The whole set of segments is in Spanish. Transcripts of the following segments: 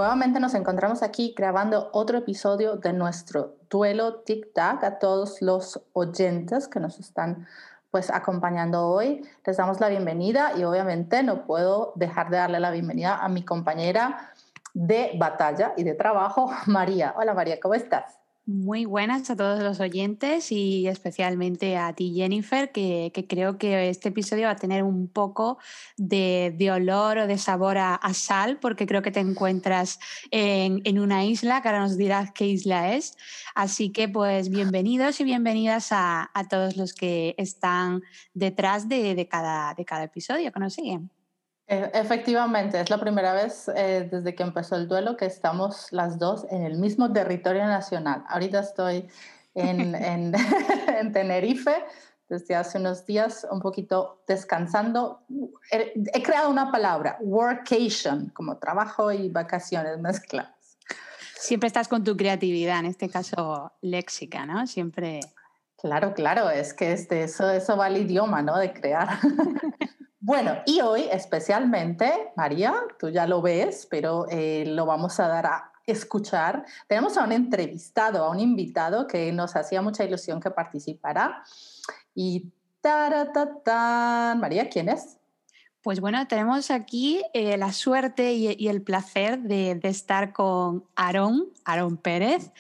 nuevamente nos encontramos aquí grabando otro episodio de nuestro duelo tic-tac. A todos los oyentes que nos están pues acompañando hoy, les damos la bienvenida y obviamente no puedo dejar de darle la bienvenida a mi compañera de batalla y de trabajo, María. Hola María, ¿cómo estás? Muy buenas a todos los oyentes y especialmente a ti, Jennifer, que creo que este episodio va a tener un poco de olor o de sabor a sal, porque creo que te encuentras en una isla, que ahora nos dirás qué isla es. Así que pues bienvenidos y bienvenidas a todos los que están detrás de cada episodio que nos siguen. Efectivamente, es la primera vez desde que empezó el duelo que estamos las dos en el mismo territorio nacional. Ahorita estoy en en Tenerife desde hace unos días, un poquito descansando. He creado una palabra, workation, como trabajo y vacaciones mezcladas. Siempre estás con tu creatividad, en este caso léxica, ¿no? Siempre. Claro, claro, es que eso va al idioma, ¿no? De crear. Bueno, y hoy especialmente, María, tú ya lo ves, pero lo vamos a dar a escuchar. Tenemos a un entrevistado, a un invitado que nos hacía mucha ilusión que participara. Y taratatán, María, ¿quién es? Pues bueno, tenemos aquí la suerte y el placer de estar con Aarón Pérez,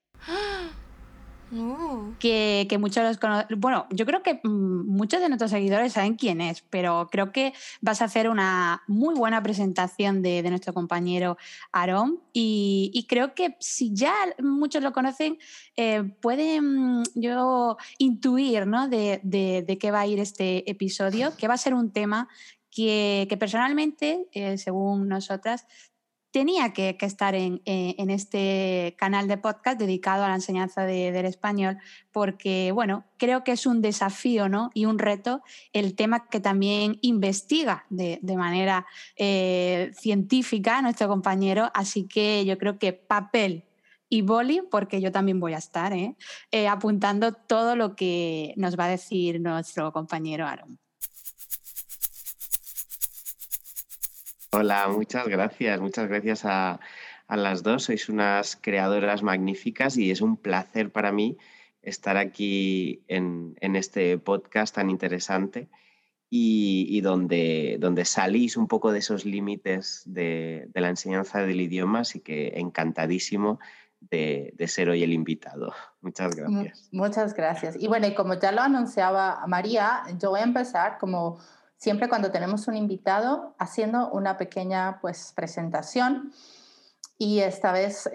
que muchos los conocen. Bueno, yo creo que muchos de nuestros seguidores saben quién es, pero creo que vas a hacer una muy buena presentación de nuestro compañero Aarón. Y creo que si ya muchos lo conocen, pueden yo intuir, ¿no? de qué va a ir este episodio, que va a ser un tema que personalmente, según nosotras, tenía que estar en este canal de podcast dedicado a la enseñanza del español, porque, bueno, creo que es un desafío, ¿no? Y un reto el tema que también investiga de manera científica nuestro compañero, así que yo creo que papel y boli, porque yo también voy a estar apuntando todo lo que nos va a decir nuestro compañero Aaron. Hola, muchas gracias a las dos. Sois unas creadoras magníficas y es un placer para mí estar aquí en este podcast tan interesante y donde salís un poco de esos límites de la enseñanza del idioma, así que encantadísimo de ser hoy el invitado. Muchas gracias. Muchas gracias. Y bueno, y como ya lo anunciaba María, yo voy a empezar como siempre cuando tenemos un invitado haciendo una pequeña pues presentación y esta vez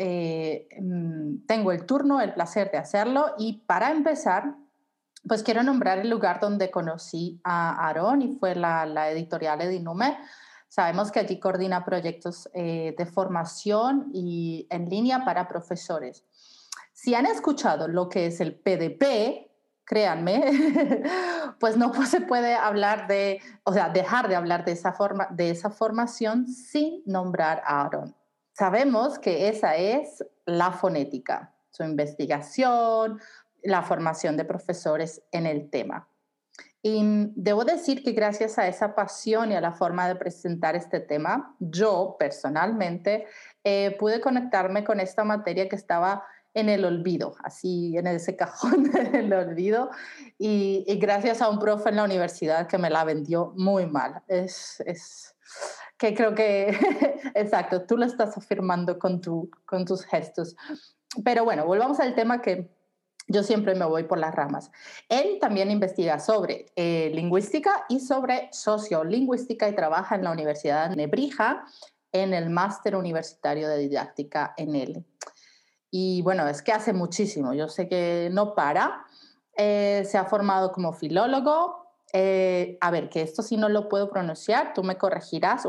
tengo el turno, el placer de hacerlo y para empezar pues quiero nombrar el lugar donde conocí a Aarón y fue la editorial Edinume. Sabemos que allí coordina proyectos de formación y en línea para profesores. Si han escuchado lo que es el PDP, créanme, pues no se puede hablar o sea, dejar de hablar de esa formación sin nombrar a Aaron. Sabemos que esa es la fonética, su investigación, la formación de profesores en el tema. Y debo decir que gracias a esa pasión y a la forma de presentar este tema, yo personalmente pude conectarme con esta materia que estaba en el olvido, así en ese cajón del olvido, y gracias a un profe en la universidad que me la vendió muy mal. Es que creo que, exacto, tú lo estás afirmando con tus gestos. Pero bueno, volvamos al tema que yo siempre me voy por las ramas. Él también investiga sobre lingüística y sobre sociolingüística y trabaja en la Universidad de Nebrija en el máster universitario de didáctica en él. Y bueno, es que hace muchísimo, yo sé que no para. Se ha formado como filólogo. A ver, que esto sí no lo puedo pronunciar, tú me corregirás.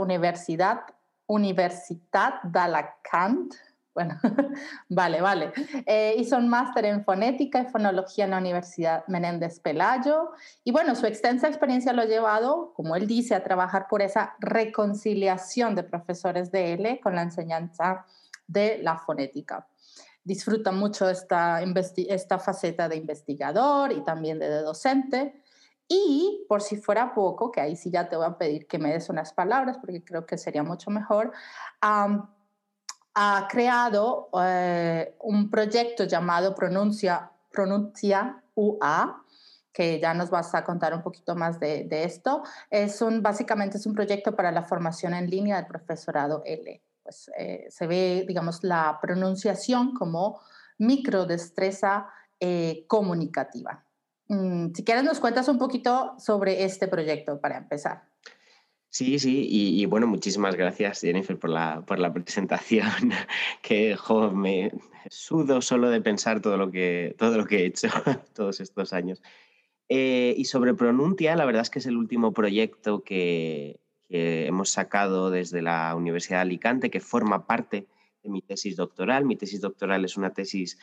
Universitat d'Alacant. Bueno, vale. Hizo un máster en fonética y fonología en la Universidad Menéndez Pelayo. Y bueno, su extensa experiencia lo ha llevado, como él dice, a trabajar por esa reconciliación de profesores de L con la enseñanza de la fonética. Disfruta mucho esta faceta de investigador y también de docente. Y por si fuera poco, que ahí sí ya te voy a pedir que me des unas palabras porque creo que sería mucho mejor, ha creado un proyecto llamado Pronuncia UA, que ya nos vas a contar un poquito más de esto. Básicamente es un proyecto para la formación en línea del profesorado L. Pues, se ve, digamos, la pronunciación como microdestreza comunicativa. Si quieres, nos cuentas un poquito sobre este proyecto para empezar. Sí, sí, y bueno, muchísimas gracias, Jennifer, por la presentación, que me sudo solo de pensar todo lo que he hecho todos estos años. Y sobre Pronuntia, la verdad es que es el último proyecto que hemos sacado desde la Universidad de Alicante, que forma parte de mi tesis doctoral. Mi tesis doctoral es una tesis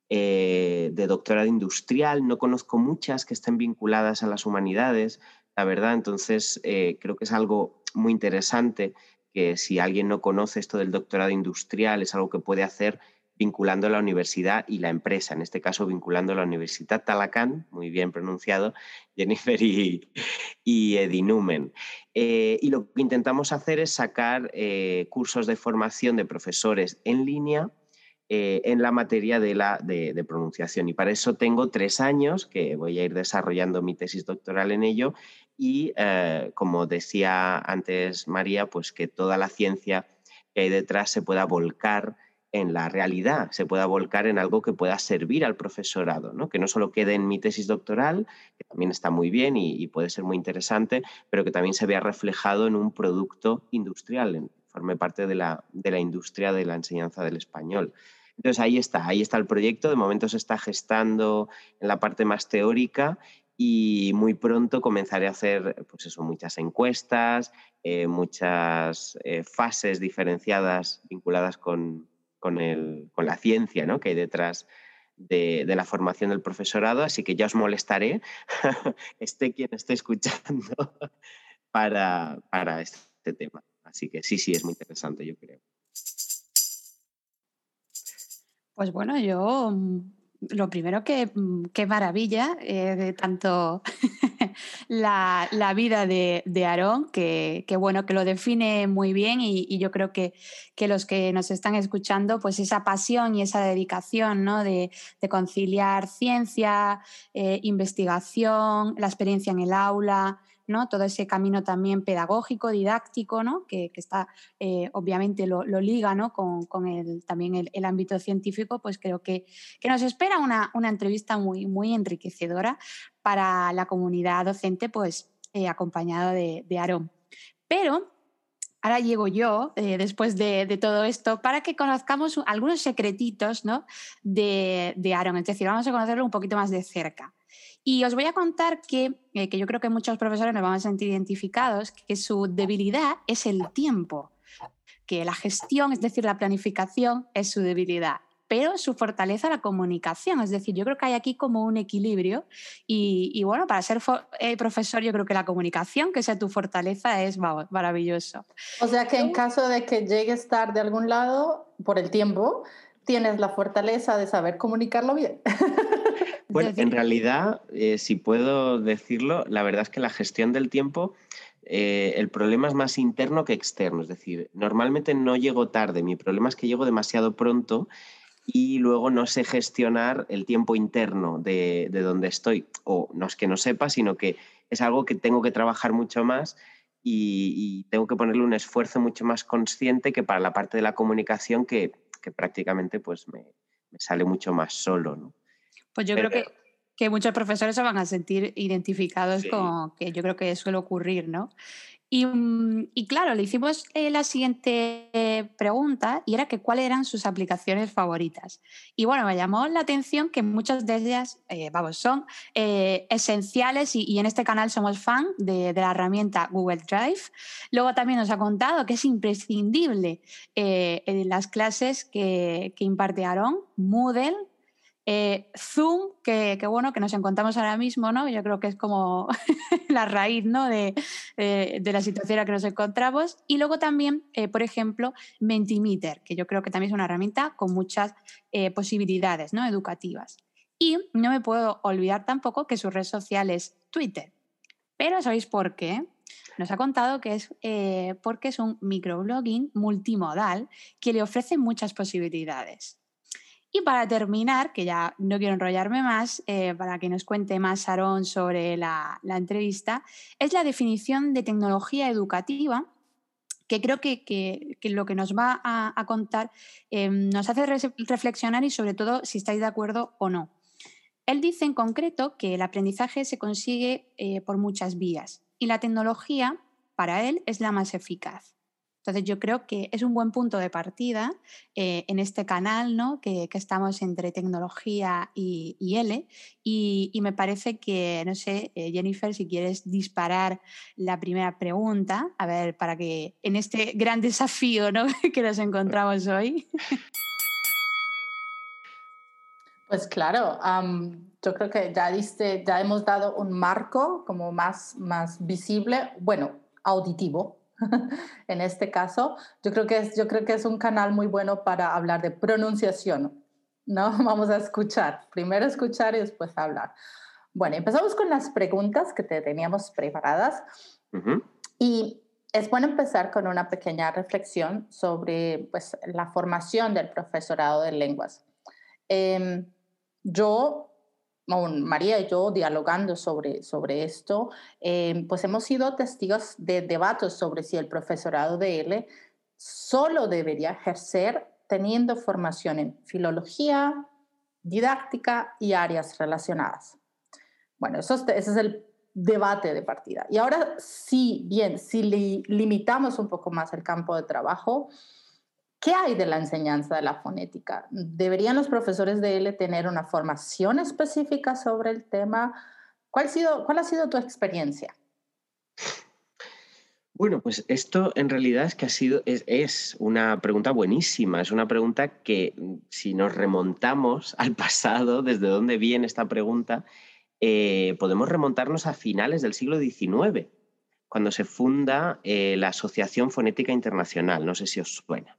de doctorado industrial. No conozco muchas que estén vinculadas a las humanidades, la verdad. Entonces, creo que es algo muy interesante, que si alguien no conoce esto del doctorado industrial, es algo que puede hacer vinculando la universidad y la empresa, en este caso vinculando la Universitat Alacant, muy bien pronunciado, Jennifer y Edinumen. Y lo que intentamos hacer es sacar cursos de formación de profesores en línea en la materia de pronunciación. Y para eso tengo 3 años que voy a ir desarrollando mi tesis doctoral en ello y, como decía antes María, pues que toda la ciencia que hay detrás se pueda volcar en la realidad, se pueda volcar en algo que pueda servir al profesorado, ¿no? Que no solo quede en mi tesis doctoral, que también está muy bien y puede ser muy interesante, pero que también se vea reflejado en un producto industrial, forme parte de la industria de la enseñanza del español. Entonces ahí está el proyecto. De momento se está gestando en la parte más teórica y muy pronto comenzaré a hacer, pues eso, muchas encuestas, muchas fases diferenciadas vinculadas con la ciencia, ¿no?, que hay detrás de la formación del profesorado. Así que ya os molestaré, esté quien esté escuchando, para este tema. Así que sí, es muy interesante, yo creo. Pues bueno, yo lo primero qué maravilla de tanto la vida de Aarón, que bueno, que lo define muy bien y yo creo que los que nos están escuchando, pues esa pasión y esa dedicación, ¿no?, de conciliar ciencia, investigación, la experiencia en el aula, ¿no?, todo ese camino también pedagógico, didáctico, ¿no?, que está, obviamente lo liga, ¿no?, con también el ámbito científico. Pues creo que nos espera una entrevista muy, muy enriquecedora para la comunidad docente, pues acompañado de Aarón. Pero ahora llego yo, después de todo esto, para que conozcamos algunos secretitos, ¿no?, de Aarón. Es decir, vamos a conocerlo un poquito más de cerca. Y os voy a contar que yo creo que muchos profesores nos vamos a sentir identificados, que su debilidad es el tiempo, que la gestión, es decir, la planificación, es su debilidad, pero su fortaleza la comunicación. Es decir, yo creo que hay aquí como un equilibrio y bueno, para ser profesor, yo creo que la comunicación, que sea tu fortaleza, es maravilloso. O sea que en caso de que llegues tarde a algún lado por el tiempo, tienes la fortaleza de saber comunicarlo bien. Bueno, en realidad, si puedo decirlo, la verdad es que la gestión del tiempo, el problema es más interno que externo. Es decir, normalmente no llego tarde, mi problema es que llego demasiado pronto y luego no sé gestionar el tiempo interno de donde estoy. O no es que no sepa, sino que es algo que tengo que trabajar mucho más y tengo que ponerle un esfuerzo mucho más consciente que para la parte de la comunicación que prácticamente pues me sale mucho más solo, ¿no? Pues yo creo que muchos profesores se van a sentir identificados Sí. con que yo creo que suele ocurrir, ¿no? Y claro, le hicimos la siguiente pregunta y era que cuáles eran sus aplicaciones favoritas. Y bueno, me llamó la atención que muchas de ellas, son esenciales y en este canal somos fan de la herramienta Google Drive. Luego también nos ha contado que es imprescindible en las clases que imparte Aarón, Moodle, Zoom, que bueno, que nos encontramos ahora mismo, ¿no? Yo creo que es como la raíz, ¿no?, de la situación en la que nos encontramos. Y luego también, por ejemplo, Mentimeter, que yo creo que también es una herramienta con muchas posibilidades, ¿no?, educativas. Y no me puedo olvidar tampoco que su red social es Twitter. Pero ¿sabéis por qué? Nos ha contado que es porque es un microblogging multimodal que le ofrece muchas posibilidades. Y para terminar, que ya no quiero enrollarme más, para que nos cuente más Aarón sobre la entrevista, es la definición de tecnología educativa, que creo que lo que nos va a contar nos hace reflexionar y sobre todo si estáis de acuerdo o no. Él dice en concreto que el aprendizaje se consigue por muchas vías y la tecnología para él es la más eficaz. Entonces yo creo que es un buen punto de partida en este canal, ¿no? que estamos entre tecnología y L y me parece que, no sé, Jennifer, si quieres disparar la primera pregunta, a ver, para que en este gran desafío, ¿no? que nos encontramos hoy. Pues claro, yo creo que ya hemos dado un marco como más visible, bueno, auditivo. En este caso, yo creo que es un canal muy bueno para hablar de pronunciación, ¿no? Vamos a escuchar, primero escuchar y después hablar. Bueno, empezamos con las preguntas que te teníamos preparadas. Ujú. Y es bueno empezar con una pequeña reflexión sobre pues, la formación del profesorado de lenguas. Eh, yo, María y yo, dialogando sobre esto, pues hemos sido testigos de debates sobre si el profesorado de L solo debería ejercer teniendo formación en filología, didáctica y áreas relacionadas. Bueno, ese es el debate de partida. Y ahora sí, bien, si limitamos un poco más el campo de trabajo, ¿qué hay de la enseñanza de la fonética? ¿Deberían los profesores de L tener una formación específica sobre el tema? ¿Cuál ha sido tu experiencia? Bueno, pues esto en realidad es que es una pregunta buenísima. Es una pregunta que, si nos remontamos al pasado, desde dónde viene esta pregunta, podemos remontarnos a finales del siglo XIX, cuando se funda la Asociación Fonética Internacional. No sé si os suena.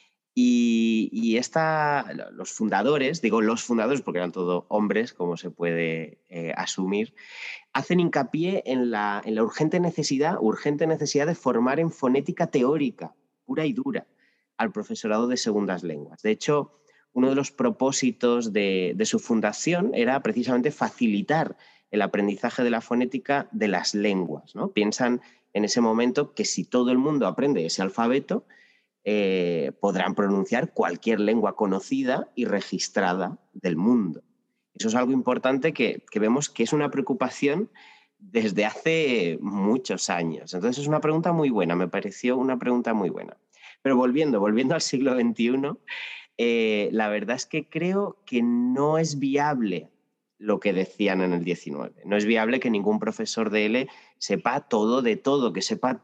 Los fundadores, digo los fundadores porque eran todos hombres, como se puede asumir, hacen hincapié en la urgente necesidad de formar en fonética teórica, pura y dura, al profesorado de segundas lenguas. De hecho, uno de los propósitos de su fundación era precisamente facilitar el aprendizaje de la fonética de las lenguas, ¿no? Piensan en ese momento que si todo el mundo aprende ese alfabeto, podrán pronunciar cualquier lengua conocida y registrada del mundo. Eso es algo importante que vemos que es una preocupación desde hace muchos años. Entonces es una pregunta muy buena, me pareció una pregunta muy buena. Pero volviendo al siglo XXI, la verdad es que creo que no es viable lo que decían en el XIX. No es viable que ningún profesor de L sepa todo de todo, que sepa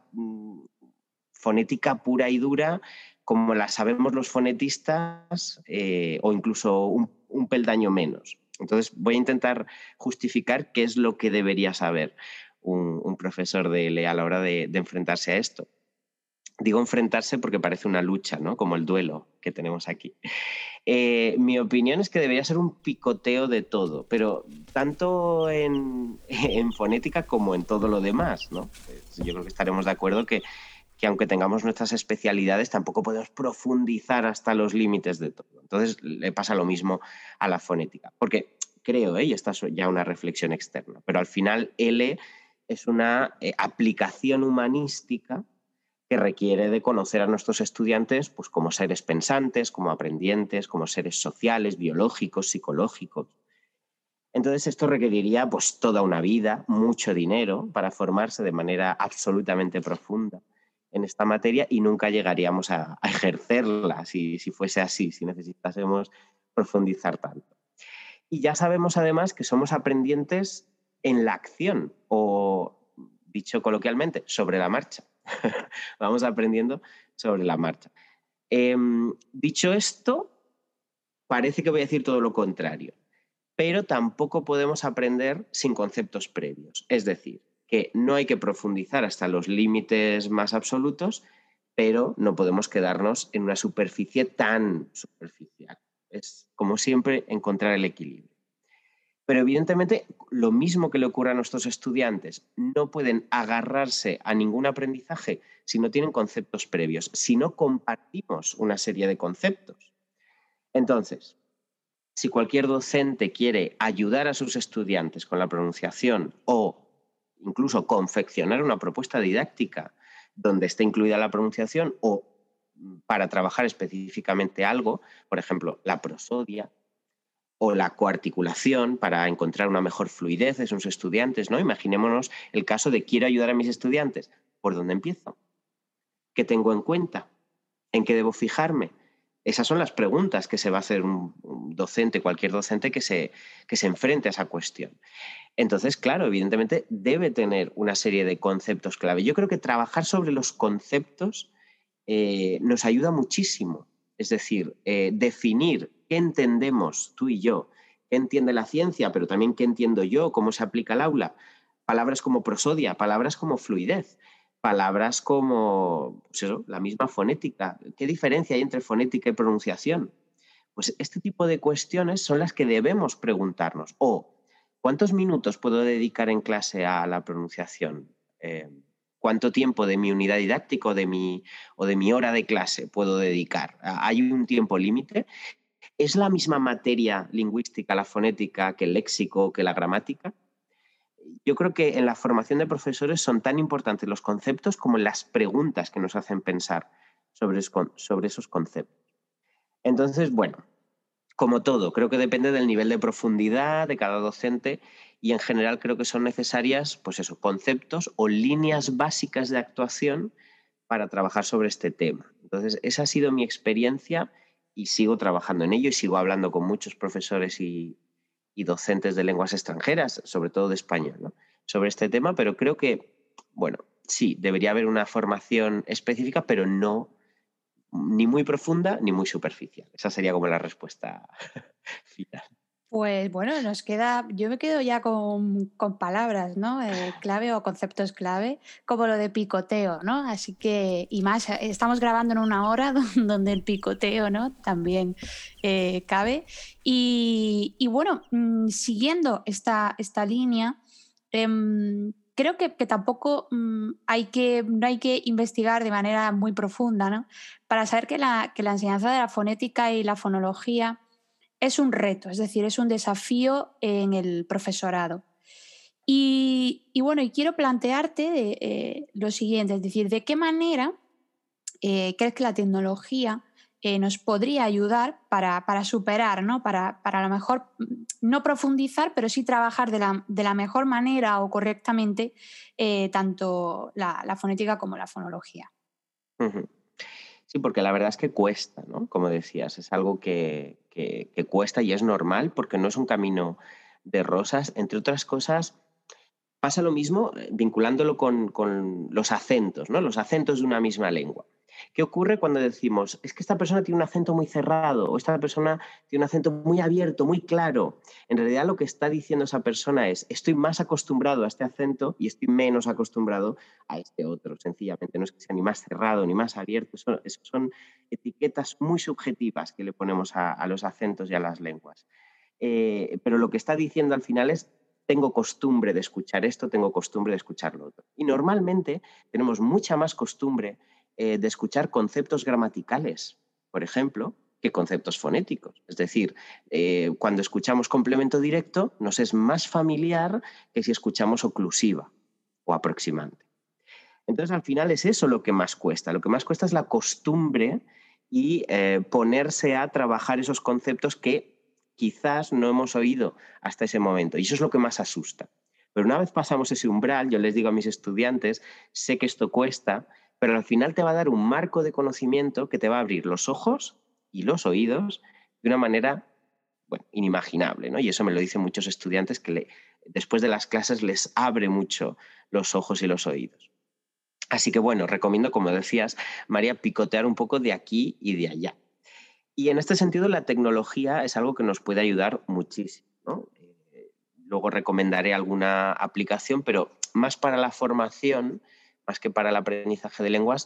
fonética pura y dura como la sabemos los fonetistas o incluso un peldaño menos. Entonces voy a intentar justificar qué es lo que debería saber un profesor de L a la hora de enfrentarse a esto. Digo enfrentarse porque parece una lucha, ¿no? Como el duelo que tenemos aquí. Mi opinión es que debería ser un picoteo de todo, pero tanto en fonética como en todo lo demás, ¿no? Yo creo que estaremos de acuerdo que aunque tengamos nuestras especialidades, tampoco podemos profundizar hasta los límites de todo. Entonces, le pasa lo mismo a la fonética. Porque creo, y esta es ya una reflexión externa, pero al final L es una aplicación humanística que requiere de conocer a nuestros estudiantes pues, como seres pensantes, como aprendientes, como seres sociales, biológicos, psicológicos. Entonces esto requeriría pues, toda una vida, mucho dinero para formarse de manera absolutamente profunda en esta materia y nunca llegaríamos a ejercerla si fuese así, si necesitásemos profundizar tanto. Y ya sabemos además que somos aprendientes en la acción o, dicho coloquialmente, sobre la marcha. Vamos aprendiendo sobre la marcha. Dicho esto, parece que voy a decir todo lo contrario, pero tampoco podemos aprender sin conceptos previos. Es decir, que no hay que profundizar hasta los límites más absolutos, pero no podemos quedarnos en una superficie tan superficial. Es, como siempre, encontrar el equilibrio. Pero evidentemente lo mismo que le ocurre a nuestros estudiantes, no pueden agarrarse a ningún aprendizaje si no tienen conceptos previos, si no compartimos una serie de conceptos. Entonces, si cualquier docente quiere ayudar a sus estudiantes con la pronunciación o incluso confeccionar una propuesta didáctica donde esté incluida la pronunciación o para trabajar específicamente algo, por ejemplo, la prosodia o la coarticulación para encontrar una mejor fluidez de sus estudiantes, ¿no? Imaginémonos el caso de quiero ayudar a mis estudiantes. ¿Por dónde empiezo? ¿Qué tengo en cuenta? ¿En qué debo fijarme? Esas son las preguntas que se va a hacer un docente, cualquier docente que se enfrente a esa cuestión. Entonces, claro, evidentemente debe tener una serie de conceptos clave. Yo creo que trabajar sobre los conceptos nos ayuda muchísimo. Es decir, definir qué entendemos tú y yo, qué entiende la ciencia, pero también qué entiendo yo, cómo se aplica al aula. Palabras como prosodia, palabras como fluidez, palabras como pues eso, la misma fonética. ¿Qué diferencia hay entre fonética y pronunciación? Pues este tipo de cuestiones son las que debemos preguntarnos. O, ¿cuántos minutos puedo dedicar en clase a la pronunciación? ¿Cuánto tiempo de mi unidad didáctica o de mi hora de clase puedo dedicar? ¿Hay un tiempo límite? ¿Es la misma materia lingüística, la fonética, que el léxico, que la gramática? Yo creo que en la formación de profesores son tan importantes los conceptos como las preguntas que nos hacen pensar sobre esos conceptos. Entonces, bueno, como todo, creo que depende del nivel de profundidad de cada docente y en general creo que son necesarias, pues eso, conceptos o líneas básicas de actuación para trabajar sobre este tema. Entonces, esa ha sido mi experiencia y sigo trabajando en ello y sigo hablando con muchos profesores y docentes de lenguas extranjeras, sobre todo de español, ¿no? Sobre este tema, pero creo que, bueno, sí, debería haber una formación específica, pero no ni muy profunda ni muy superficial. Esa sería como la respuesta final. Pues bueno, yo me quedo ya con palabras, ¿no? Clave o conceptos clave, como lo de picoteo, ¿no? Así que, y más, estamos grabando en una hora donde el picoteo, ¿no? También cabe. Y bueno, siguiendo esta línea, creo que tampoco no hay que investigar de manera muy profunda, ¿no? Para saber que la enseñanza de la fonética y la fonología es un reto, es decir, es un desafío en el profesorado. Y bueno, y quiero plantearte lo siguiente, es decir, ¿de qué manera crees que la tecnología nos podría ayudar para superar, ¿no? Para a lo mejor no profundizar, pero sí trabajar de la mejor manera o correctamente tanto la fonética como la fonología? Ujú. Sí, porque la verdad es que cuesta, ¿no? Como decías, es algo que cuesta y es normal porque no es un camino de rosas. Entre otras cosas, pasa lo mismo vinculándolo con los acentos, ¿no? Los acentos de una misma lengua. ¿Qué ocurre cuando decimos, es que esta persona tiene un acento muy cerrado o esta persona tiene un acento muy abierto, muy claro? En realidad lo que está diciendo esa persona es, estoy más acostumbrado a este acento y estoy menos acostumbrado a este otro, sencillamente. No es que sea ni más cerrado ni más abierto, son etiquetas muy subjetivas que le ponemos a los acentos y a las lenguas. Pero lo que está diciendo al final es, tengo costumbre de escuchar esto, tengo costumbre de escuchar lo otro. Y normalmente tenemos mucha más costumbre de escuchar conceptos gramaticales, por ejemplo, que conceptos fonéticos. Es decir, cuando escuchamos complemento directo nos es más familiar que si escuchamos oclusiva o aproximante. Entonces, al final es eso lo que más cuesta. Lo que más cuesta es la costumbre y ponerse a trabajar esos conceptos que quizás no hemos oído hasta ese momento. Y eso es lo que más asusta. Pero una vez pasamos ese umbral, yo les digo a mis estudiantes, sé que esto cuesta, pero al final te va a dar un marco de conocimiento que te va a abrir los ojos y los oídos de una manera, bueno, inimaginable, ¿no? Y eso me lo dicen muchos estudiantes que después de las clases les abre mucho los ojos y los oídos. Así que bueno, recomiendo, como decías, María, picotear un poco de aquí y de allá. Y en este sentido, la tecnología es algo que nos puede ayudar muchísimo, ¿no? Luego recomendaré alguna aplicación, pero más para la formación, más que para el aprendizaje de lenguas,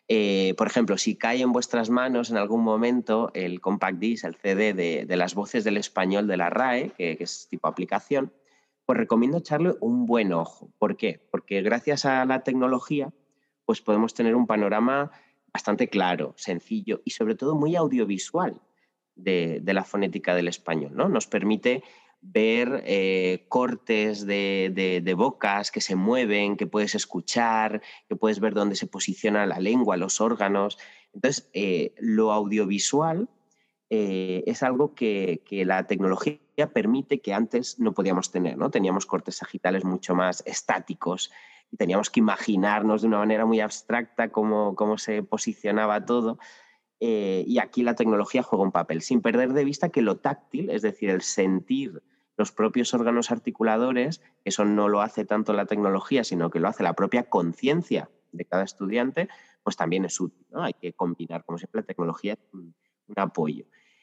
Por ejemplo, si cae en vuestras manos en algún momento el compact disc, el CD de las voces del español de la RAE, que es tipo aplicación, pues recomiendo echarle un buen ojo. ¿Por qué? Porque gracias a la tecnología pues podemos tener un panorama bastante claro, sencillo y sobre todo muy audiovisual de la fonética del español, ¿no? Nos permite ver cortes de bocas que se mueven, que puedes escuchar, que puedes ver dónde se posiciona la lengua, los órganos. Entonces, lo audiovisual es algo que la tecnología permite que antes no podíamos tener, ¿no? Teníamos cortes sagitales mucho más estáticos y teníamos que imaginarnos de una manera muy abstracta cómo se posicionaba todo. Y aquí la tecnología juega un papel, sin perder de vista que lo táctil, es decir, el sentir los propios órganos articuladores, eso no lo hace tanto la tecnología, sino que lo hace la propia conciencia de cada estudiante, pues también es útil, ¿no? Hay que combinar, como siempre, la tecnología es un apoyo.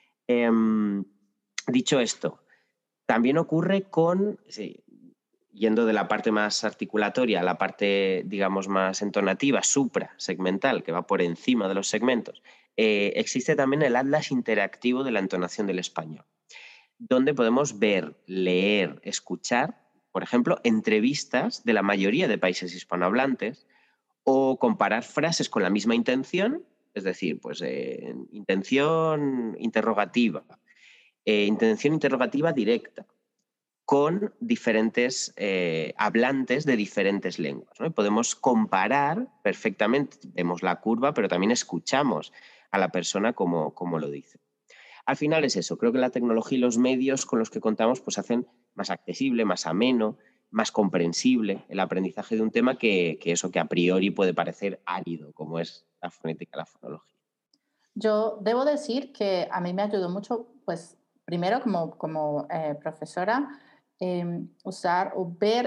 Dicho esto, también ocurre con, sí, yendo de la parte más articulatoria a la parte, digamos, más entonativa, suprasegmental, que va por encima de los segmentos, existe también el atlas interactivo de la entonación del español, donde podemos ver, leer, escuchar, por ejemplo, entrevistas de la mayoría de países hispanohablantes o comparar frases con la misma intención, es decir, pues intención interrogativa, intención interrogativa directa, con diferentes hablantes de diferentes lenguas, ¿no? Y podemos comparar perfectamente, vemos la curva, pero también escuchamos a la persona como lo dice. Al final es eso, creo que la tecnología y los medios con los que contamos pues hacen más accesible, más ameno, más comprensible el aprendizaje de un tema que eso que a priori puede parecer árido, como es la fonética, la fonología. Yo debo decir que a mí me ayudó mucho, pues, primero como profesora, usar o ver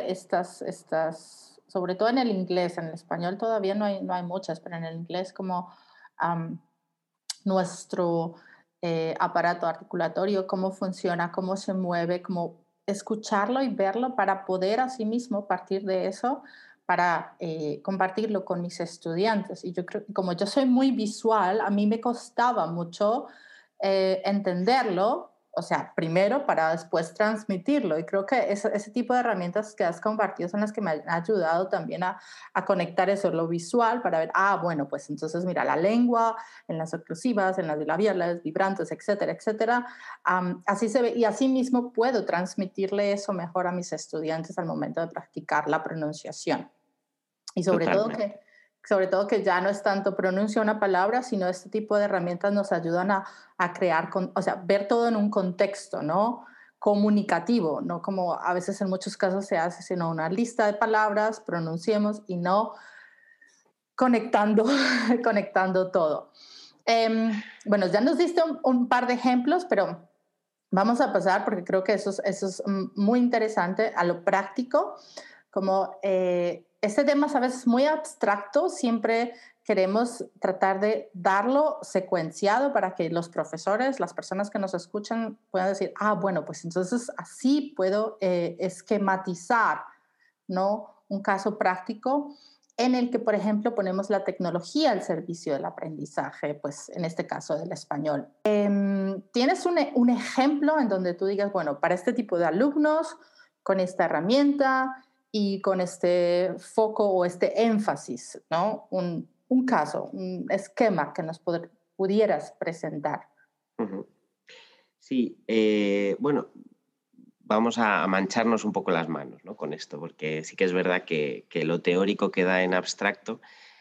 sobre todo en el inglés, en el español todavía no hay muchas, pero en el inglés como am, nuestro aparato articulatorio, cómo funciona, cómo se mueve, como escucharlo y verlo para poder asimismo partir de eso para compartirlo con mis estudiantes. Y yo creo que como yo soy muy visual, a mí me costaba mucho entenderlo, o sea, primero para después transmitirlo. Y creo que ese tipo de herramientas que has compartido son las que me han ayudado también a conectar eso, lo visual, para ver, bueno, pues entonces mira, la lengua, en las oclusivas, en las bilabiales, vibrantes, etcétera, etcétera. Así se ve y así mismo puedo transmitirle eso mejor a mis estudiantes al momento de practicar la pronunciación. Y sobre todo que ya no es tanto pronuncia una palabra, sino este tipo de herramientas nos ayudan a crear, o sea, ver todo en un contexto, ¿no? Comunicativo, no como a veces en muchos casos se hace, sino una lista de palabras, pronunciemos y no conectando, conectando todo. Bueno, ya nos diste un par de ejemplos, pero vamos a pasar, porque creo que eso es muy interesante, a lo práctico. Como este tema a veces es muy abstracto, siempre queremos tratar de darlo secuenciado para que los profesores, las personas que nos escuchan puedan decir, bueno, pues entonces así puedo esquematizar, ¿no? Un caso práctico en el que, por ejemplo, ponemos la tecnología al servicio del aprendizaje, pues en este caso del español. ¿Tienes un ejemplo en donde tú digas, bueno, para este tipo de alumnos, con esta herramienta y con este foco o este énfasis, ¿no? Un caso, un esquema que nos pudieras presentar? Uh-huh. Sí, bueno, vamos a mancharnos un poco las manos, ¿no? Con esto, porque sí que es verdad que lo teórico queda en abstracto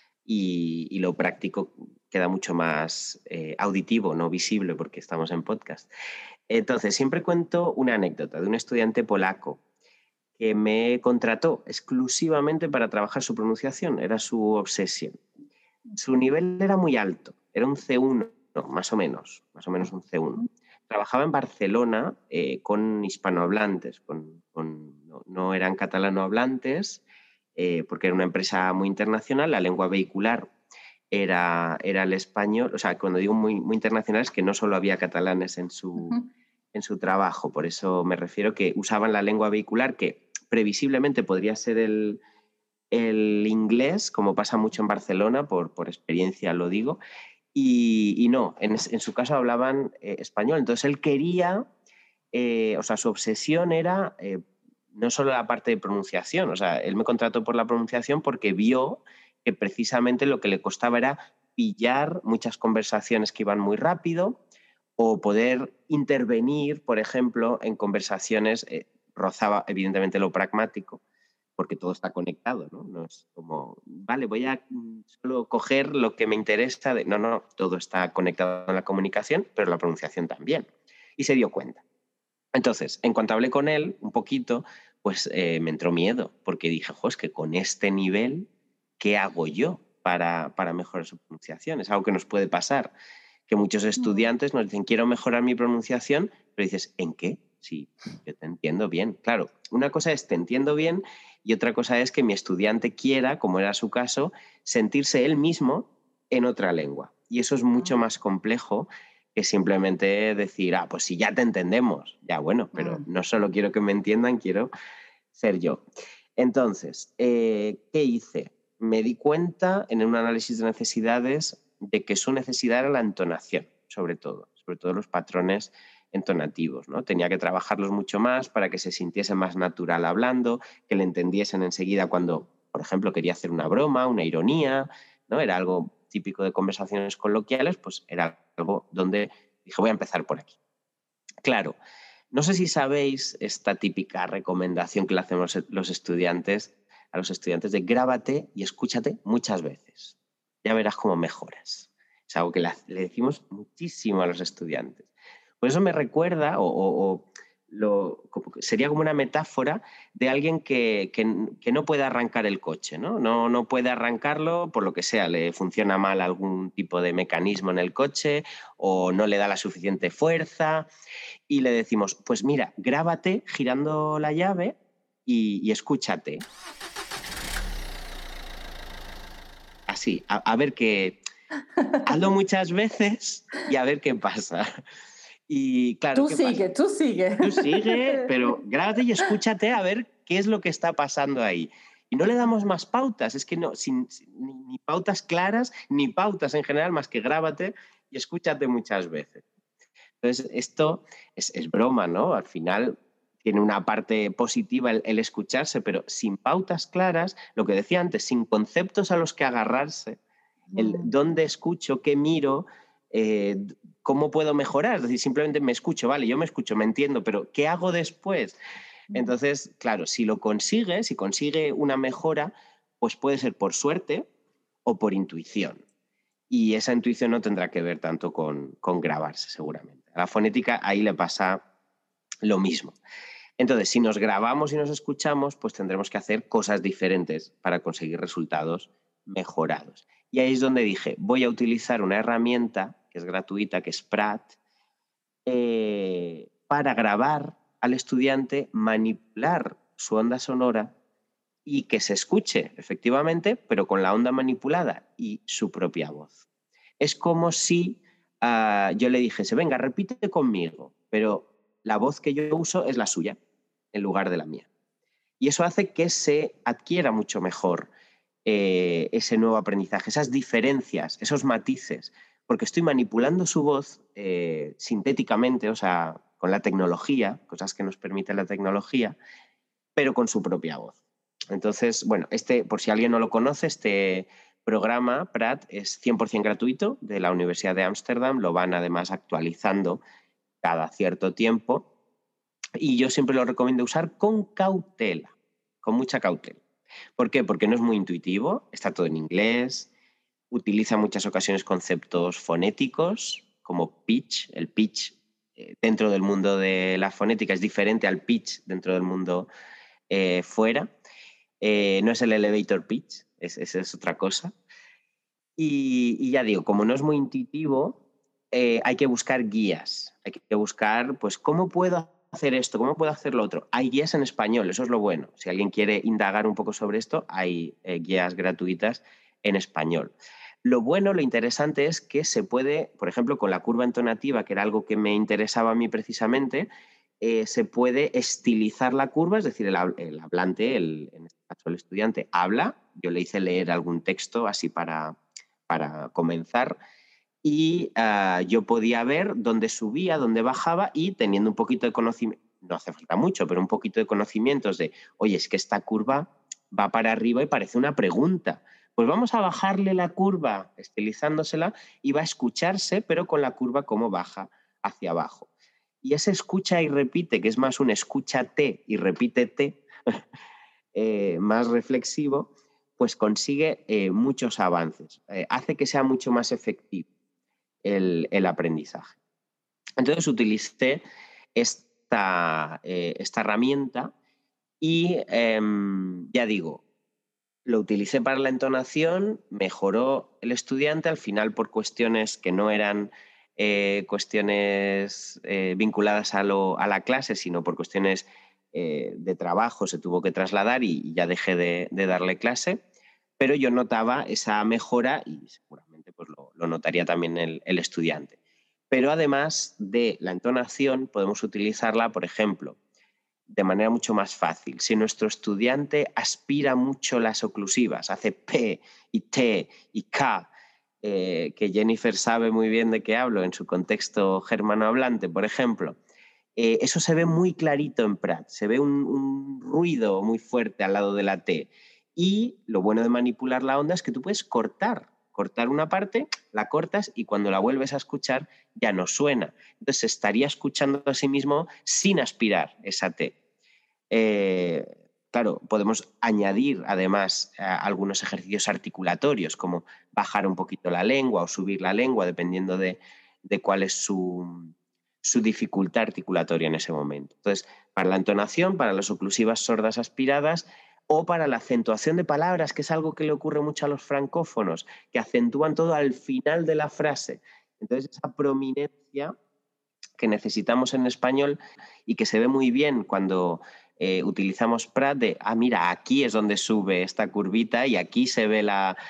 y lo práctico queda mucho más auditivo, no visible, porque estamos en podcast. Entonces, siempre cuento una anécdota de un estudiante polaco que me contrató exclusivamente para trabajar su pronunciación, era su obsesión. Su nivel era muy alto, era un C1, no, más o menos un C1. Trabajaba en Barcelona con hispanohablantes, no eran catalanohablantes, porque era una empresa muy internacional, la lengua vehicular era el español, o sea, cuando digo muy, muy internacional es que no solo había catalanes en su trabajo, por eso me refiero que usaban la lengua vehicular que previsiblemente podría ser el inglés, como pasa mucho en Barcelona, por experiencia lo digo, y no, en su caso hablaban español. Entonces él quería, o sea, su obsesión era no solo la parte de pronunciación, o sea, él me contrató por la pronunciación porque vio que precisamente lo que le costaba era pillar muchas conversaciones que iban muy rápido o poder intervenir, por ejemplo, en conversaciones, rozaba evidentemente lo pragmático, porque todo está conectado, ¿no? No es como, vale, voy a solo coger lo que me interesa. No, todo está conectado en la comunicación, pero la pronunciación también. Y se dio cuenta. Entonces, en cuanto hablé con él un poquito, pues me entró miedo, porque dije, es que con este nivel, ¿qué hago yo para mejorar su pronunciación? Es algo que nos puede pasar, que muchos estudiantes nos dicen, quiero mejorar mi pronunciación, pero dices, ¿en qué? Sí, yo te entiendo bien. Claro, una cosa es te entiendo bien y otra cosa es que mi estudiante quiera, como era su caso, sentirse él mismo en otra lengua. Y eso es mucho más complejo que simplemente decir, pues si ya te entendemos, ya bueno, pero no solo quiero que me entiendan, quiero ser yo. Entonces, ¿qué hice? Me di cuenta en un análisis de necesidades de que su necesidad era la entonación, sobre todo los patrones entonativos, ¿no? Tenía que trabajarlos mucho más para que se sintiese más natural hablando, que le entendiesen enseguida cuando, por ejemplo, quería hacer una broma, una ironía, ¿no? Era algo típico de conversaciones coloquiales, pues era algo donde dije, voy a empezar por aquí. Claro, no sé si sabéis esta típica recomendación que le hacemos los estudiantes, a los estudiantes de grábate y escúchate muchas veces. Ya verás cómo mejoras. Es algo que le decimos muchísimo a los estudiantes. Por eso me recuerda, sería como una metáfora de alguien que no puede arrancar el coche, ¿no? No puede arrancarlo por lo que sea, le funciona mal algún tipo de mecanismo en el coche o no le da la suficiente fuerza y le decimos, pues mira, grábate girando la llave y escúchate. Así, a ver qué... Hazlo muchas veces y a ver qué pasa. Y claro, tú sigue. Tú sigue, pero grábate y escúchate a ver qué es lo que está pasando ahí. Y no le damos más pautas, es que no, ni pautas claras, ni pautas en general, más que grábate y escúchate muchas veces. Entonces, esto es broma, ¿no? Al final tiene una parte positiva el escucharse, pero sin pautas claras, lo que decía antes, sin conceptos a los que agarrarse, el dónde escucho, qué miro, cómo puedo mejorar. Es decir, simplemente me escucho, vale, yo me escucho, me entiendo, pero ¿qué hago después? Entonces, claro, si consigue una mejora, pues puede ser por suerte o por intuición. Y esa intuición no tendrá que ver tanto con grabarse, seguramente. A la fonética ahí le pasa lo mismo. Entonces, si nos grabamos y nos escuchamos, pues tendremos que hacer cosas diferentes para conseguir resultados mejorados. Y ahí es donde dije, voy a utilizar una herramienta que es gratuita, que es Prat, para grabar al estudiante, manipular su onda sonora y que se escuche efectivamente, pero con la onda manipulada y su propia voz. Es como si yo le dijese, venga, repite conmigo, pero la voz que yo uso es la suya en lugar de la mía. Y eso hace que se adquiera mucho mejor ese nuevo aprendizaje, esas diferencias, esos matices, porque estoy manipulando su voz sintéticamente, o sea, con la tecnología, cosas que nos permite la tecnología, pero con su propia voz. Entonces, bueno, por si alguien no lo conoce, este programa, Prat, es 100% gratuito de la Universidad de Ámsterdam, lo van además actualizando cada cierto tiempo y yo siempre lo recomiendo usar con cautela, con mucha cautela. ¿Por qué? Porque no es muy intuitivo, está todo en inglés, utiliza en muchas ocasiones conceptos fonéticos como pitch. El pitch dentro del mundo de la fonética es diferente al pitch dentro del mundo fuera. No es el elevator pitch, es otra cosa. Y ya digo, como no es muy intuitivo, hay que buscar guías, hay que buscar, pues, ¿cómo puedo hacer esto? ¿Cómo puedo hacer lo otro? Hay guías en español, eso es lo bueno. Si alguien quiere indagar un poco sobre esto, hay guías gratuitas en español. Lo bueno, lo interesante es que se puede, por ejemplo, con la curva entonativa, que era algo que me interesaba a mí precisamente, se puede estilizar la curva, es decir, el hablante, en este caso el estudiante, habla. Yo le hice leer algún texto así para comenzar y yo podía ver dónde subía, dónde bajaba y teniendo un poquito de conocimiento, no hace falta mucho, pero un poquito de conocimientos de, oye, es que esta curva va para arriba y parece una pregunta. Pues vamos a bajarle la curva, estilizándosela, y va a escucharse, pero con la curva como baja hacia abajo. Y ese escucha y repite, que es más un escúchate y repítete, más reflexivo, pues consigue muchos avances. Hace que sea mucho más efectivo el aprendizaje. Entonces utilicé esta herramienta y ya digo, lo utilicé para la entonación, mejoró el estudiante, al final por cuestiones que no eran cuestiones vinculadas a la clase, sino por cuestiones de trabajo, se tuvo que trasladar y ya dejé de darle clase, pero yo notaba esa mejora y seguramente pues, lo notaría también el estudiante. Pero además de la entonación, podemos utilizarla, por ejemplo, de manera mucho más fácil. Si nuestro estudiante aspira mucho las oclusivas, hace P y T y K, que Jennifer sabe muy bien de qué hablo en su contexto germanohablante, por ejemplo, eso se ve muy clarito en Pratt, se ve un ruido muy fuerte al lado de la T. Y lo bueno de manipular la onda es que tú puedes cortar una parte, la cortas y cuando la vuelves a escuchar ya no suena. Entonces se estaría escuchando a sí mismo sin aspirar esa T. Claro, podemos añadir además algunos ejercicios articulatorios, como bajar un poquito la lengua o subir la lengua, dependiendo de cuál es su dificultad articulatoria en ese momento. Entonces, para la entonación, para las oclusivas sordas aspiradas o para la acentuación de palabras, que es algo que le ocurre mucho a los francófonos, que acentúan todo al final de la frase. Entonces, esa prominencia que necesitamos en español y que se ve muy bien cuando utilizamos Pratt de, mira, aquí es donde sube esta curvita y aquí se ve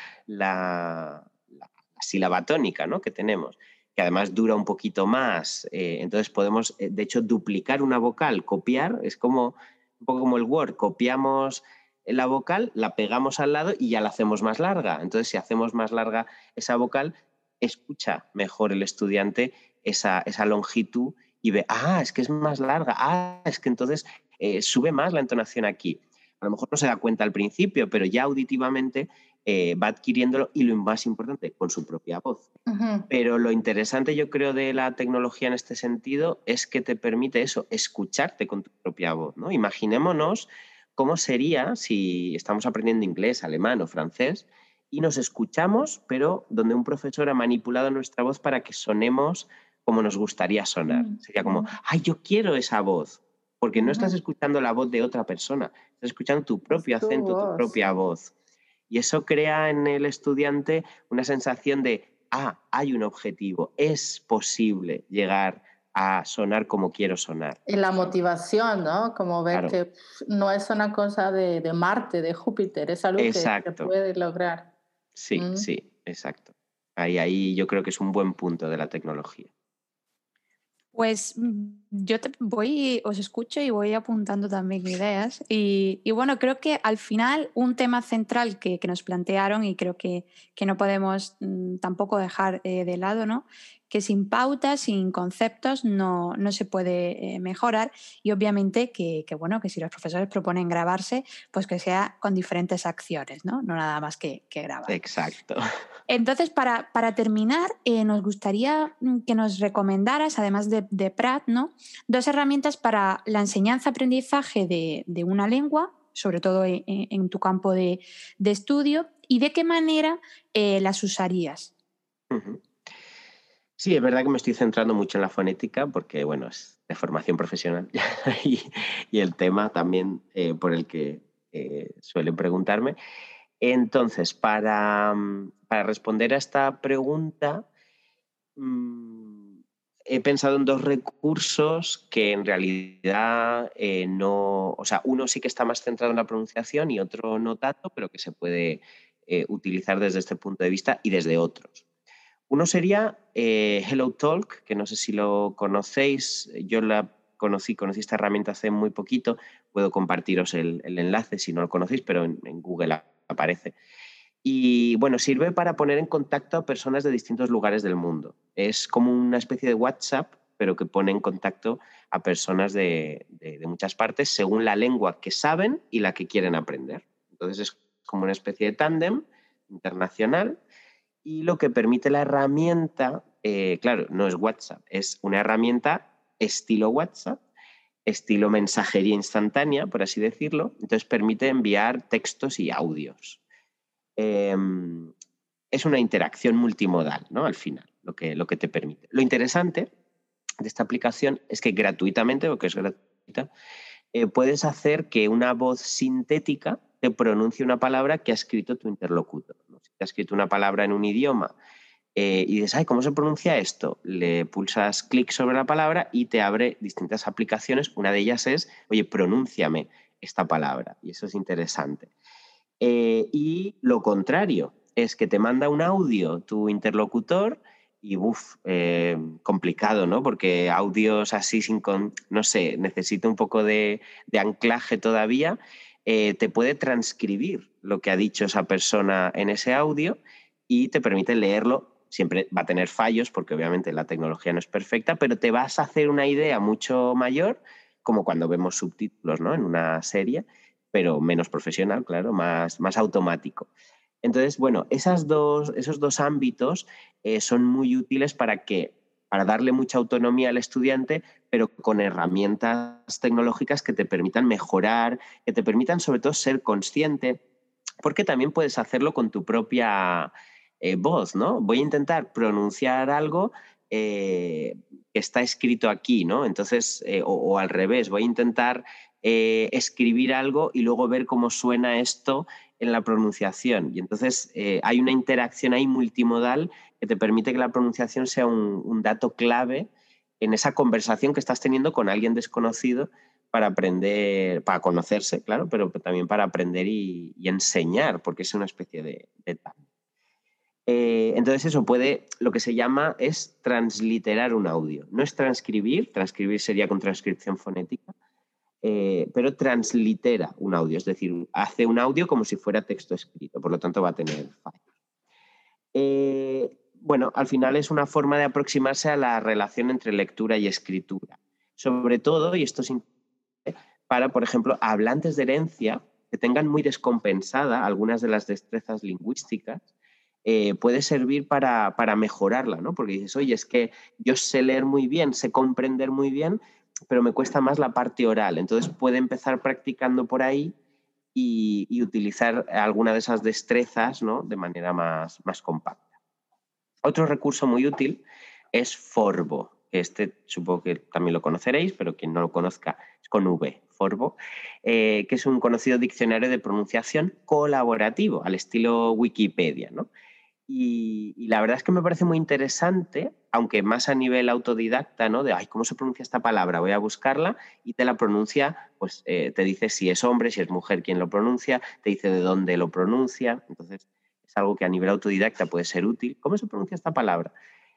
la sílaba tónica, ¿no?, que tenemos, que además dura un poquito más. Entonces podemos, de hecho, duplicar una vocal, copiar, es como un poco como el Word, copiamos la vocal, la pegamos al lado y ya la hacemos más larga. Entonces, si hacemos más larga esa vocal, escucha mejor el estudiante esa longitud y ve, es que es más larga, es que entonces sube más la entonación aquí. A lo mejor no se da cuenta al principio, pero ya auditivamente va adquiriéndolo y lo más importante, con su propia voz. Ujú. Pero lo interesante, yo creo, de la tecnología en este sentido es que te permite eso, escucharte con tu propia voz, ¿no? Imaginémonos cómo sería si estamos aprendiendo inglés, alemán o francés y nos escuchamos, pero donde un profesor ha manipulado nuestra voz para que sonemos como nos gustaría sonar. Sería como, yo quiero esa voz, porque no estás escuchando la voz de otra persona, estás escuchando tu propio Es tu acento, tu voz. propia voz. Y eso crea en el estudiante una sensación de, hay un objetivo, es posible llegar a sonar como quiero sonar. Y la motivación, ¿no? Como ver Claro, que no es una cosa de Marte, de Júpiter, es algo que se exacto. puede lograr. Sí, Mm. sí, exacto. Ahí yo creo que es un buen punto de la tecnología. Pues yo os escucho y voy apuntando también ideas. Y bueno, creo que al final un tema central que nos plantearon y creo que no podemos tampoco dejar de lado, ¿no? Que sin pautas, sin conceptos no se puede mejorar y obviamente bueno, que si los profesores proponen grabarse, pues que sea con diferentes acciones, ¿no? No nada más que grabar. Exacto. Entonces, para terminar, nos gustaría que nos recomendaras, además de Pratt, ¿no?, 2 herramientas para la enseñanza-aprendizaje de una lengua, sobre todo en tu campo de estudio, y de qué manera las usarías. Ujú. Sí, es verdad que me estoy centrando mucho en la fonética porque, bueno, es de formación profesional y, y el tema también por el que suelen preguntarme. Entonces, para responder a esta pregunta, he pensado en 2 recursos que en realidad no, o sea, uno sí que está más centrado en la pronunciación y otro no tanto, pero que se puede utilizar desde este punto de vista y desde otros. Uno sería HelloTalk, que no sé si lo conocéis. Yo la conocí esta herramienta hace muy poquito, puedo compartiros el enlace si no lo conocéis, pero en Google aparece. Y bueno, sirve para poner en contacto a personas de distintos lugares del mundo. Es como una especie de WhatsApp, pero que pone en contacto a personas de muchas partes según la lengua que saben y la que quieren aprender. Entonces es como una especie de tándem internacional, y lo que permite la herramienta, claro, no es WhatsApp, es una herramienta estilo WhatsApp, estilo mensajería instantánea, por así decirlo. Entonces permite enviar textos y audios. Es una interacción multimodal, ¿no? Al final, lo que te permite. Lo interesante de esta aplicación es que gratuitamente, porque es gratuita, puedes hacer que una voz sintética te pronuncie una palabra que ha escrito tu interlocutor, ¿no? Si te ha escrito una palabra en un idioma y dices, ay, ¿cómo se pronuncia esto? Le pulsas clic sobre la palabra y te abre distintas aplicaciones. Una de ellas es, oye, pronúnciame esta palabra. Y eso es interesante. Y lo contrario, es que te manda un audio tu interlocutor y, complicado, ¿no? Porque audios así no sé, necesita un poco de anclaje todavía. Te puede transcribir lo que ha dicho esa persona en ese audio y te permite leerlo. Siempre va a tener fallos porque obviamente la tecnología no es perfecta, pero te vas a hacer una idea mucho mayor, como cuando vemos subtítulos, ¿no? En una serie, pero menos profesional, claro, más automático. Entonces, bueno, esos dos ámbitos son muy útiles para darle mucha autonomía al estudiante, pero con herramientas tecnológicas que te permitan mejorar, que te permitan sobre todo ser consciente, porque también puedes hacerlo con tu propia voz, ¿no? Voy a intentar pronunciar algo que está escrito aquí, ¿no? Entonces, o al revés, voy a intentar escribir algo y luego ver cómo suena esto en la pronunciación. Y entonces hay una interacción ahí multimodal que te permite que la pronunciación sea un dato clave en esa conversación que estás teniendo con alguien desconocido para aprender, para conocerse, claro, pero también para aprender y enseñar, porque es una especie de tal. Entonces eso lo que se llama es transliterar un audio. No es transcribir sería con transcripción fonética, pero translitera un audio, es decir, hace un audio como si fuera texto escrito, por lo tanto va a tener fallos. Bueno, al final es una forma de aproximarse a la relación entre lectura y escritura. Sobre todo, y esto es importante, para, por ejemplo, hablantes de herencia que tengan muy descompensada algunas de las destrezas lingüísticas, puede servir para mejorarla, ¿no? Porque dices, oye, es que yo sé leer muy bien, sé comprender muy bien, pero me cuesta más la parte oral. Entonces puede empezar practicando por ahí y utilizar alguna de esas destrezas, ¿no? De manera más compacta. Otro recurso muy útil es Forvo. Supongo que también lo conoceréis, pero quien no lo conozca es con V, Forvo, que es un conocido diccionario de pronunciación colaborativo, al estilo Wikipedia, ¿no? Y la verdad es que me parece muy interesante, aunque más a nivel autodidacta, ¿no? De, ay, ¿cómo se pronuncia esta palabra? Voy a buscarla y te la pronuncia, pues te dice si es hombre, si es mujer quien lo pronuncia, te dice de dónde lo pronuncia. Entonces, es algo que a nivel autodidacta puede ser útil. ¿Cómo se pronuncia esta palabra?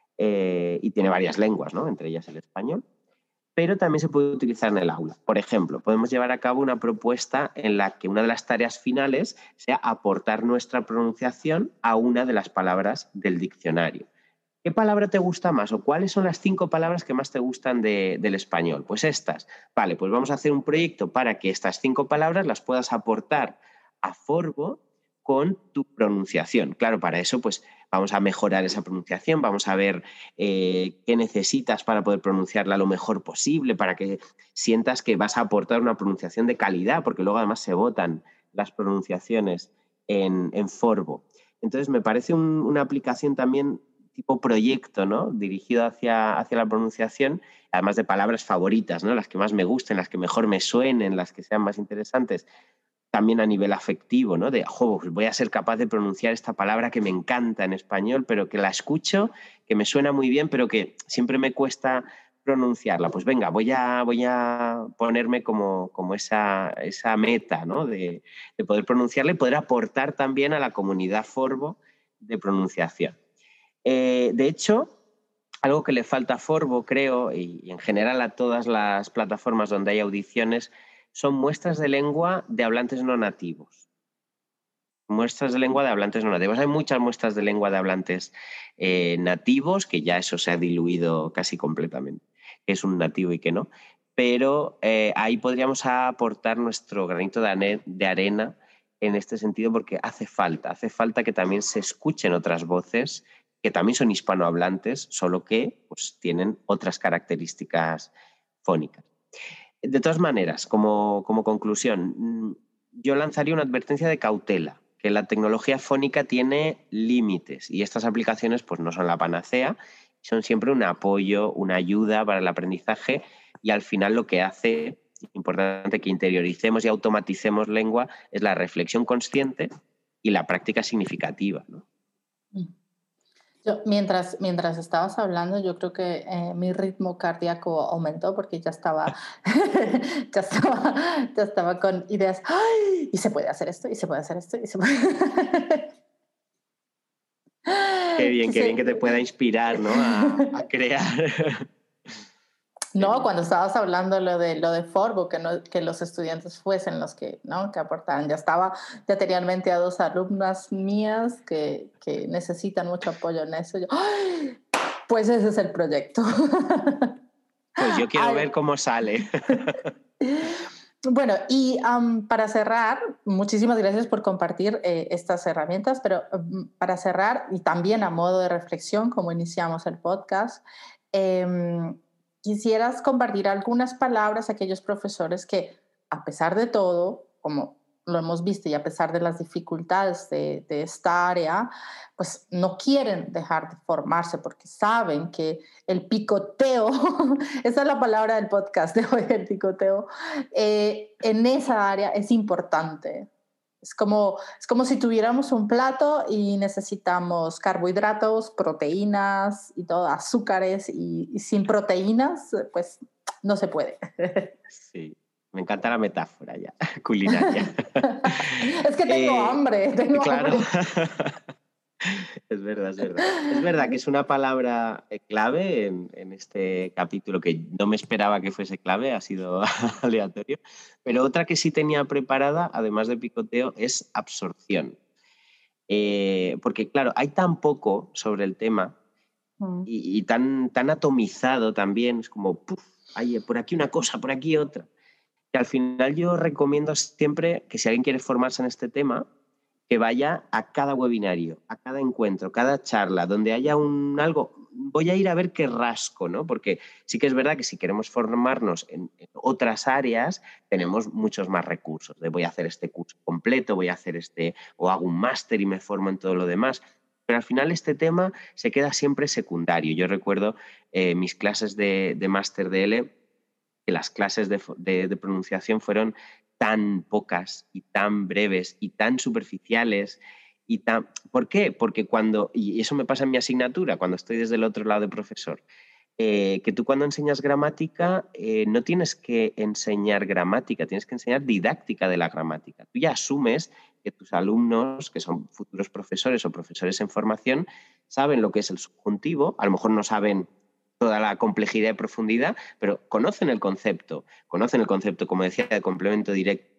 Y tiene varias lenguas, ¿no? Entre ellas el español. Pero también se puede utilizar en el aula. Por ejemplo, podemos llevar a cabo una propuesta en la que una de las tareas finales sea aportar nuestra pronunciación a una de las palabras del diccionario. ¿Qué palabra te gusta más o cuáles son las 5 palabras que más te gustan del español? Pues estas. Vale, pues vamos a hacer un proyecto para que estas 5 palabras las puedas aportar a Forvo con tu pronunciación. Claro, para eso pues vamos a mejorar esa pronunciación, vamos a ver qué necesitas para poder pronunciarla lo mejor posible, para que sientas que vas a aportar una pronunciación de calidad, porque luego además se votan las pronunciaciones en Forvo. Entonces me parece una aplicación también tipo proyecto, ¿no? Dirigido hacia la pronunciación, además de palabras favoritas, ¿no? Las que más me gusten, las que mejor me suenen, las que sean más interesantes. También a nivel afectivo, ¿no? De, pues voy a ser capaz de pronunciar esta palabra que me encanta en español, pero que la escucho, que me suena muy bien, pero que siempre me cuesta pronunciarla. Pues venga, voy a ponerme como esa meta, ¿no? De poder pronunciarla y poder aportar también a la comunidad Forvo de pronunciación. De hecho, algo que le falta a Forbo, creo, y en general a todas las plataformas donde hay audiciones, son muestras de lengua de hablantes no nativos. Muestras de lengua de hablantes no nativos. Hay muchas muestras de lengua de hablantes nativos, que ya eso se ha diluido casi completamente, que es un nativo y que no. Pero ahí podríamos aportar nuestro granito de arena en este sentido, porque hace falta que también se escuchen otras voces que también son hispanohablantes, solo que pues, tienen otras características fónicas. De todas maneras, como conclusión, yo lanzaría una advertencia de cautela, que la tecnología fónica tiene límites y estas aplicaciones pues, no son la panacea, son siempre un apoyo, una ayuda para el aprendizaje y al final lo que hace, importante que interioricemos y automaticemos lengua, es la reflexión consciente y la práctica significativa, ¿no? Mientras estabas hablando, yo creo que mi ritmo cardíaco aumentó porque ya estaba, ya estaba con ideas. ¡Ay! Y se puede hacer esto, y se puede hacer esto, y se puede... Qué bien que te pueda inspirar, ¿no? a crear. No, cuando estabas hablando lo de Forbo, que los estudiantes fuesen los que, ¿no? Que aportaran. Ya tenía en mente a 2 alumnas mías que necesitan mucho apoyo en eso. ¡Ay! Pues ese es el proyecto. Pues yo quiero ver cómo sale. Bueno, y para cerrar, muchísimas gracias por compartir estas herramientas, pero para cerrar, y también a modo de reflexión, como iniciamos el podcast, quisieras compartir algunas palabras a aquellos profesores que, a pesar de todo, como lo hemos visto y a pesar de las dificultades de esta área, pues no quieren dejar de formarse porque saben que el picoteo, esa es la palabra del podcast de hoy, el picoteo, en esa área es importante. Es como si tuviéramos un plato y necesitamos carbohidratos, proteínas y todo, azúcares, y sin proteínas, pues no se puede. Sí, me encanta la metáfora ya, culinaria. Es que tengo hambre, claro. hambre. Es verdad. Es verdad que es una palabra clave en este capítulo que no me esperaba que fuese clave, ha sido aleatorio. Pero otra que sí tenía preparada, además de picoteo, es absorción. Porque, claro, hay tan poco sobre el tema y tan atomizado también, es como, ¡puf! Hay por aquí una cosa, por aquí otra. Que al final yo recomiendo siempre que si alguien quiere formarse en este tema, que vaya a cada webinario, a cada encuentro, cada charla, donde haya algo, voy a ir a ver qué rasco, ¿no? Porque sí que es verdad que si queremos formarnos en otras áreas, tenemos muchos más recursos. Voy a hacer este curso completo, voy a hacer o hago un máster y me formo en todo lo demás. Pero al final este tema se queda siempre secundario. Yo recuerdo mis clases de máster de L, que las clases de pronunciación fueron tan pocas y tan breves y tan superficiales ¿Por qué? Porque y eso me pasa en mi asignatura, cuando estoy desde el otro lado de profesor, que tú cuando enseñas gramática no tienes que enseñar gramática, tienes que enseñar didáctica de la gramática. Tú ya asumes que tus alumnos, que son futuros profesores o profesores en formación, saben lo que es el subjuntivo, a lo mejor no saben toda la complejidad y profundidad, pero conocen el concepto, como decía, de complemento directo,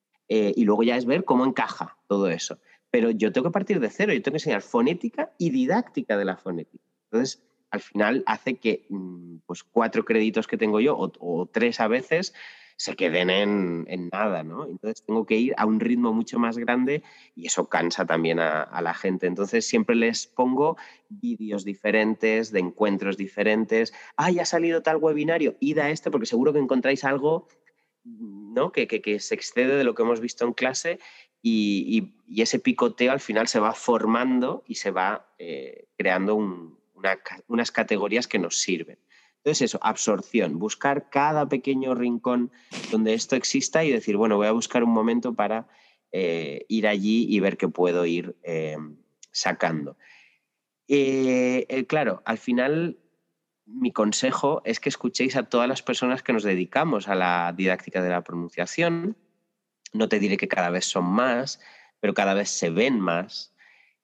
y luego ya es ver cómo encaja todo eso. Pero yo tengo que partir de cero, yo tengo que enseñar fonética y didáctica de la fonética. Entonces, al final hace que pues 4 créditos que tengo yo, o 3 a veces, se queden en nada, ¿no? Entonces tengo que ir a un ritmo mucho más grande y eso cansa también a la gente. Entonces siempre les pongo vídeos diferentes, de encuentros diferentes. ¡Ay, ha salido tal webinario! Id a este porque seguro que encontráis algo, ¿no? que se excede de lo que hemos visto en clase y ese picoteo al final se va formando y se va creando unas categorías que nos sirven. Entonces eso, absorción, buscar cada pequeño rincón donde esto exista y decir, bueno, voy a buscar un momento para ir allí y ver qué puedo ir sacando. Claro, al final mi consejo es que escuchéis a todas las personas que nos dedicamos a la didáctica de la pronunciación. No te diré que cada vez son más, pero cada vez se ven más.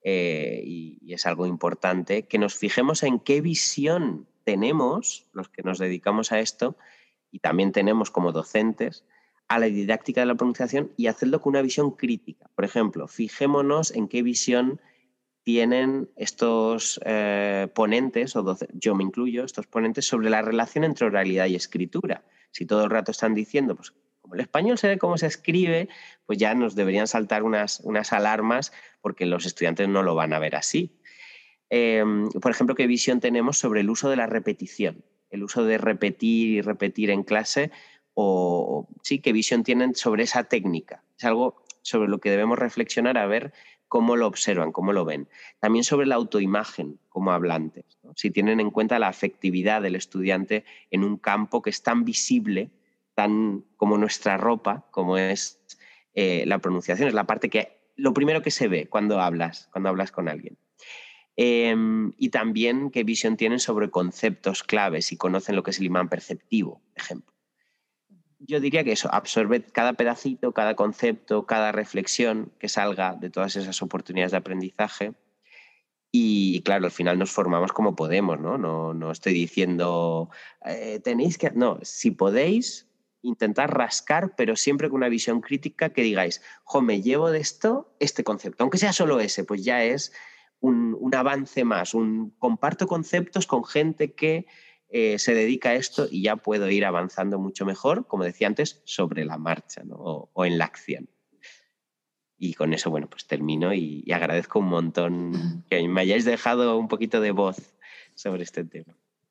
y es algo importante, que nos fijemos en qué visión tenemos los que nos dedicamos a esto y también tenemos como docentes a la didáctica de la pronunciación y hacerlo con una visión crítica. Por ejemplo, fijémonos en qué visión tienen estos ponentes, yo me incluyo, estos ponentes sobre la relación entre oralidad y escritura. Si todo el rato están diciendo, pues como el español se ve cómo se escribe, pues ya nos deberían saltar unas alarmas porque los estudiantes no lo van a ver así. Por ejemplo, ¿qué visión tenemos sobre el uso de la repetición? El uso de repetir y repetir en clase, o sí, ¿qué visión tienen sobre esa técnica? Es algo sobre lo que debemos reflexionar a ver cómo lo observan, cómo lo ven. También sobre la autoimagen como hablantes, ¿no? Si tienen en cuenta la afectividad del estudiante en un campo que es tan visible, tan como nuestra ropa, como es la pronunciación. Es la parte que, lo primero que se ve cuando hablas con alguien. Y también qué visión tienen sobre conceptos claves, si conocen lo que es el imán perceptivo, por ejemplo. Yo diría que eso, absorber cada pedacito, cada concepto, cada reflexión que salga de todas esas oportunidades de aprendizaje y claro, al final nos formamos como podemos, ¿no? No estoy diciendo tenéis que... No, si podéis, intentar rascar, pero siempre con una visión crítica que digáis, me llevo de esto este concepto, aunque sea solo ese, pues ya es un avance más, comparto conceptos con gente que se dedica a esto y ya puedo ir avanzando mucho mejor, como decía antes, sobre la marcha, ¿no? o en la acción. Y con eso, bueno, pues termino y agradezco un montón que me hayáis dejado un poquito de voz sobre este tema.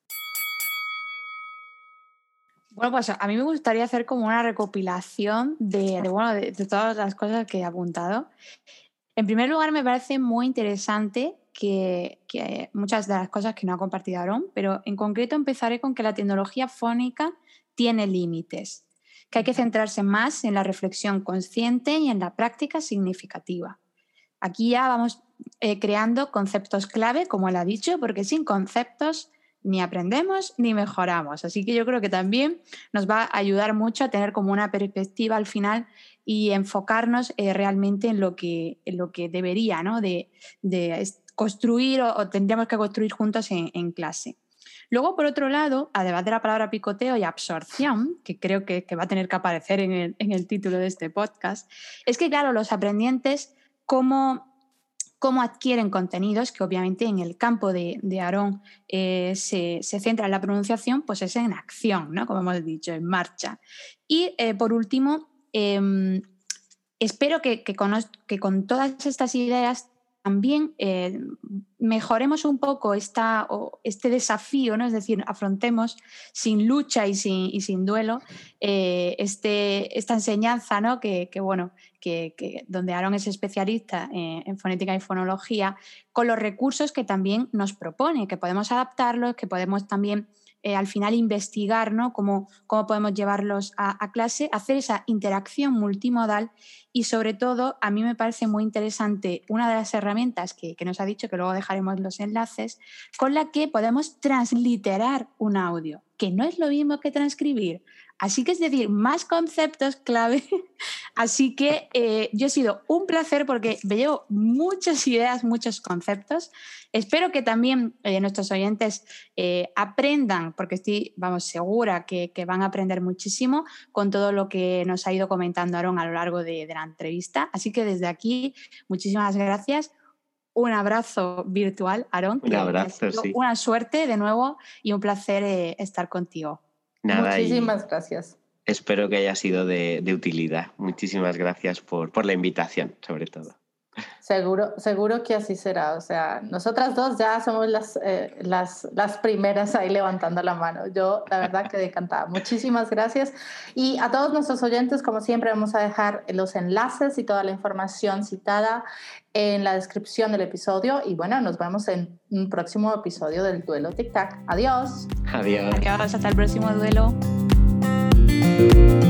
Bueno, pues a mí me gustaría hacer como una recopilación de todas las cosas que he apuntado. En primer lugar, me parece muy interesante que muchas de las cosas que no ha compartido Aarón, pero en concreto empezaré con que la tecnología fónica tiene límites, que hay que centrarse más en la reflexión consciente y en la práctica significativa. Aquí ya vamos creando conceptos clave, como él ha dicho, porque sin conceptos ni aprendemos ni mejoramos. Así que yo creo que también nos va a ayudar mucho a tener como una perspectiva al final y enfocarnos realmente en lo que debería, ¿no? de construir o tendríamos que construir juntos en clase. Luego, por otro lado, además de la palabra picoteo y absorción, que creo que va a tener que aparecer en el título de este podcast, es que, claro, los aprendientes, cómo adquieren contenidos, que obviamente en el campo de Aarón se centra en la pronunciación, pues es en acción, ¿no? Como hemos dicho, en marcha. Y por último, espero que con todas estas ideas también mejoremos un poco este desafío, ¿no? Es decir, afrontemos sin lucha y sin duelo esta enseñanza, ¿no? que donde Aarón es especialista en fonética y fonología, con los recursos que también nos propone, que podemos adaptarlos, que podemos también al final investigar, ¿no? cómo podemos llevarlos a clase, hacer esa interacción multimodal y sobre todo a mí me parece muy interesante una de las herramientas que nos ha dicho, que luego dejaremos los enlaces, con la que podemos transliterar un audio, que no es lo mismo que transcribir. Así que es decir, más conceptos clave. Así que yo he sido un placer porque me llevo muchas ideas, muchos conceptos. Espero que también nuestros oyentes aprendan, porque estoy, segura que van a aprender muchísimo con todo lo que nos ha ido comentando Aarón a lo largo de la entrevista. Así que desde aquí, muchísimas gracias. Un abrazo virtual, Aarón. Un abrazo, sí. Una suerte de nuevo y un placer estar contigo. Nada, muchísimas gracias. Espero que haya sido de utilidad. Muchísimas gracias por la invitación, sobre todo. Seguro que así será. O sea, nosotras dos ya somos las primeras ahí levantando la mano. Yo, la verdad, quedé encantada. Muchísimas gracias. Y a todos nuestros oyentes, como siempre, vamos a dejar los enlaces y toda la información citada en la descripción del episodio. Y bueno, nos vemos en un próximo episodio del Duelo Tic Tac. Adiós. Adiós. Adiós, hasta el próximo duelo.